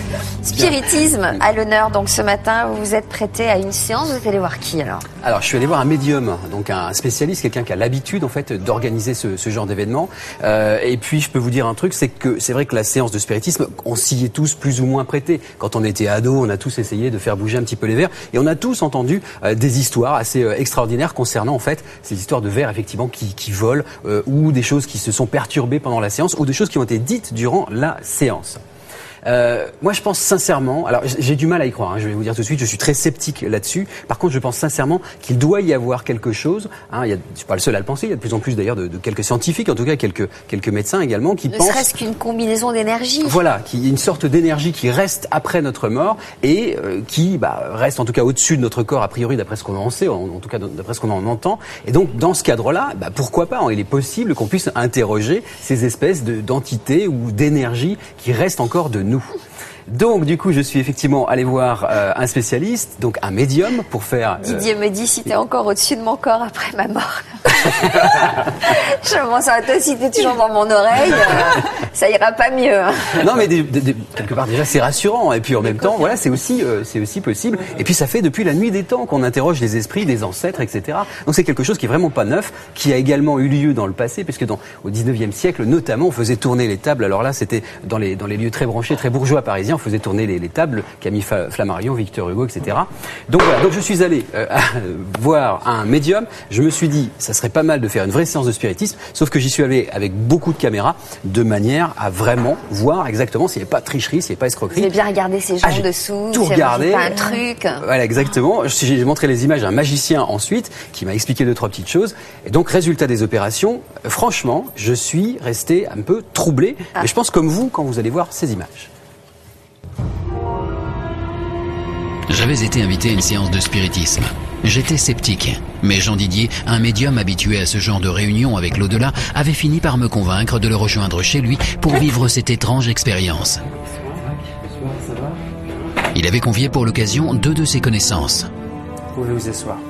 Spiritisme à l'honneur, donc ce matin, vous vous êtes prêté à une séance. Vous êtes allé voir qui alors? Alors, je suis allé voir un médium, donc un spécialiste, quelqu'un qui a l'habitude en fait d'organiser ce genre d'événement. Et puis, je peux vous dire un truc, c'est que c'est vrai que la séance de spiritisme, on s'y est tous plus ou moins prêtés. Quand on était ados, on a tous essayé de faire bouger un petit peu les vers, et on a tous entendu des histoires assez extraordinaires concernant en fait ces histoires de vers effectivement qui volent, ou des choses qui se sont perturbées pendant la séance, ou des choses qui ont été dites durant la séance. Moi, je pense sincèrement, alors j'ai du mal à y croire, je vais vous dire tout de suite, je suis très sceptique là-dessus. Par contre, je pense sincèrement qu'il doit y avoir quelque chose. Je suis pas le seul à le penser. Il y a de plus en plus d'ailleurs de quelques scientifiques, en tout cas quelques médecins également, qui pensent. Ne serait-ce qu'une combinaison d'énergie. Voilà, qui une sorte d'énergie qui reste après notre mort et qui reste en tout cas au-dessus de notre corps a priori, d'après ce qu'on en sait, en tout cas d'après ce qu'on en entend. Et donc, dans ce cadre-là, pourquoi pas? Il est possible qu'on puisse interroger ces espèces d'entités ou d'énergie qui restent encore de nous. Donc, du coup, je suis effectivement allé voir un spécialiste, donc un médium, pour faire... Didier me dit, si t'es encore au-dessus de mon corps après ma mort. Je commence à te si t'es toujours dans mon oreille, ça ira pas mieux. Non, mais quelque part, déjà, c'est rassurant. Et puis, en même temps, voilà, c'est aussi possible. Et puis, ça fait depuis la nuit des temps qu'on interroge les esprits des ancêtres, etc. Donc, c'est quelque chose qui est vraiment pas neuf, qui a également eu lieu dans le passé, puisque au 19e siècle, notamment, on faisait tourner les tables. Alors là, c'était dans les lieux très branchés, très bourgeois parisiens, on faisait tourner les tables, Camille Flammarion, Victor Hugo, etc. Donc voilà, donc je suis allé voir un médium. Je me suis dit, ça serait pas mal de faire une vraie séance de spiritisme, sauf que j'y suis allé avec beaucoup de caméras, de manière à vraiment voir exactement s'il n'y avait pas de tricherie, s'il n'y avait pas escroquerie. Vous avez bien regardé ces gens dessous, tout regardé. Pas un truc. Voilà, exactement. J'ai montré les images à un magicien ensuite, qui m'a expliqué 2-3 petites choses. Et donc, résultat des opérations, franchement, je suis resté un peu troublé. Mais je pense comme vous, quand vous allez voir ces images. J'avais été invité à une séance de spiritisme. J'étais sceptique, mais Jean Didier, un médium habitué à ce genre de réunion avec l'au-delà, avait fini par me convaincre de le rejoindre chez lui pour vivre cette étrange expérience. Il avait convié pour l'occasion 2 de ses connaissances. Vous pouvez vous asseoir.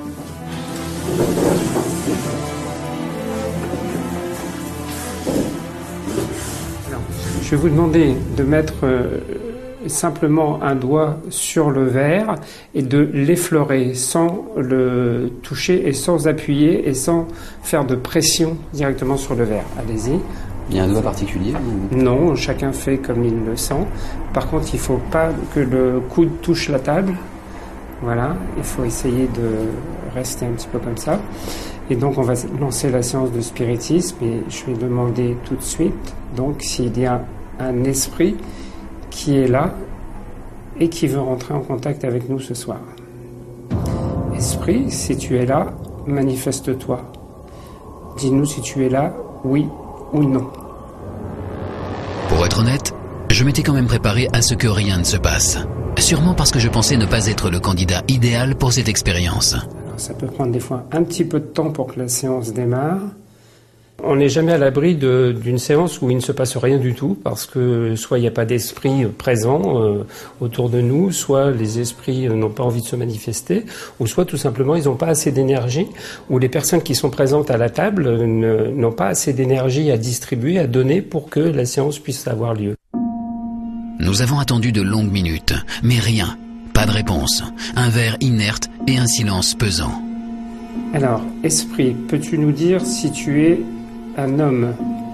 Alors, je vais vous demander de mettre simplement un doigt sur le verre et de l'effleurer sans le toucher et sans appuyer et sans faire de pression directement sur le verre. Allez-y. Il y a un doigt particulier ou... Non, chacun fait comme il le sent. Par contre, il ne faut pas que le coude touche la table. Voilà, il faut essayer de rester un petit peu comme ça. Et donc, on va lancer la séance de spiritisme et je vais demander tout de suite, donc, s'il y a un esprit qui est là et qui veut rentrer en contact avec nous ce soir. Esprit, si tu es là, manifeste-toi. Dis-nous si tu es là, oui ou non. Pour être honnête, je m'étais quand même préparé à ce que rien ne se passe. Sûrement parce que je pensais ne pas être le candidat idéal pour cette expérience. Alors, ça peut prendre des fois un petit peu de temps pour que la séance démarre. On n'est jamais à l'abri d'une séance où il ne se passe rien du tout, parce que soit il n'y a pas d'esprit présent autour de nous, soit les esprits n'ont pas envie de se manifester, ou soit tout simplement ils n'ont pas assez d'énergie, ou les personnes qui sont présentes à la table n'ont pas assez d'énergie à distribuer, à donner pour que la séance puisse avoir lieu. Nous avons attendu de longues minutes, mais rien, pas de réponse, un verre inerte et un silence pesant. Alors, esprit, peux-tu nous dire si tu es un homme?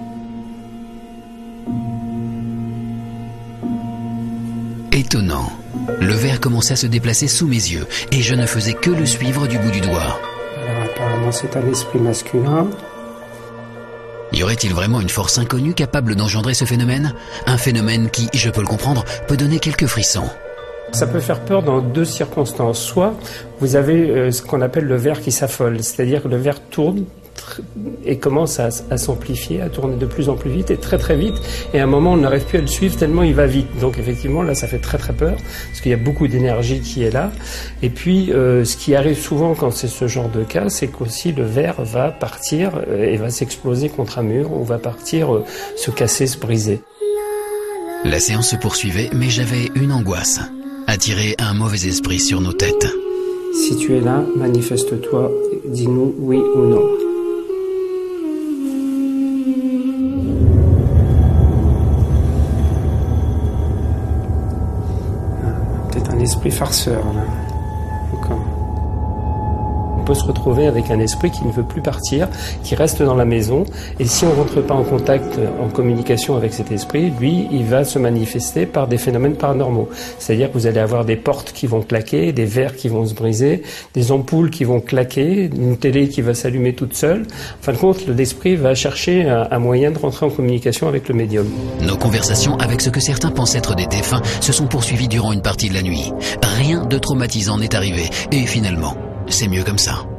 Étonnant. Le verre commençait à se déplacer sous mes yeux et je ne faisais que le suivre du bout du doigt. Alors apparemment c'est un esprit masculin. Y aurait-il vraiment une force inconnue capable d'engendrer ce phénomène? Un phénomène qui, je peux le comprendre, peut donner quelques frissons. Ça peut faire peur dans 2 circonstances. Soit vous avez ce qu'on appelle le verre qui s'affole, c'est-à-dire que le verre tourne et commence à s'amplifier, à tourner de plus en plus vite et très très vite, et à un moment on n'arrive plus à le suivre tellement il va vite. Donc effectivement là ça fait très très peur parce qu'il y a beaucoup d'énergie qui est là. Et puis ce qui arrive souvent quand c'est ce genre de cas, c'est qu'aussi le verre va partir et va s'exploser contre un mur, ou va partir se casser, se briser. La séance se poursuivait, mais j'avais une angoisse: attirer un mauvais esprit sur nos têtes. Si tu es là, manifeste-toi, dis-nous oui ou non. esprit farceur. Là. D'accord. On peut se retrouver avec un esprit qui ne veut plus partir, qui reste dans la maison. Et si on ne rentre pas en contact, en communication avec cet esprit, lui, il va se manifester par des phénomènes paranormaux. C'est-à-dire que vous allez avoir des portes qui vont claquer, des verres qui vont se briser, des ampoules qui vont claquer, une télé qui va s'allumer toute seule. En fin de compte, l'esprit va chercher un moyen de rentrer en communication avec le médium. Nos conversations avec ce que certains pensent être des défunts se sont poursuivies durant une partie de la nuit. Rien de traumatisant n'est arrivé. Et finalement, c'est mieux comme ça.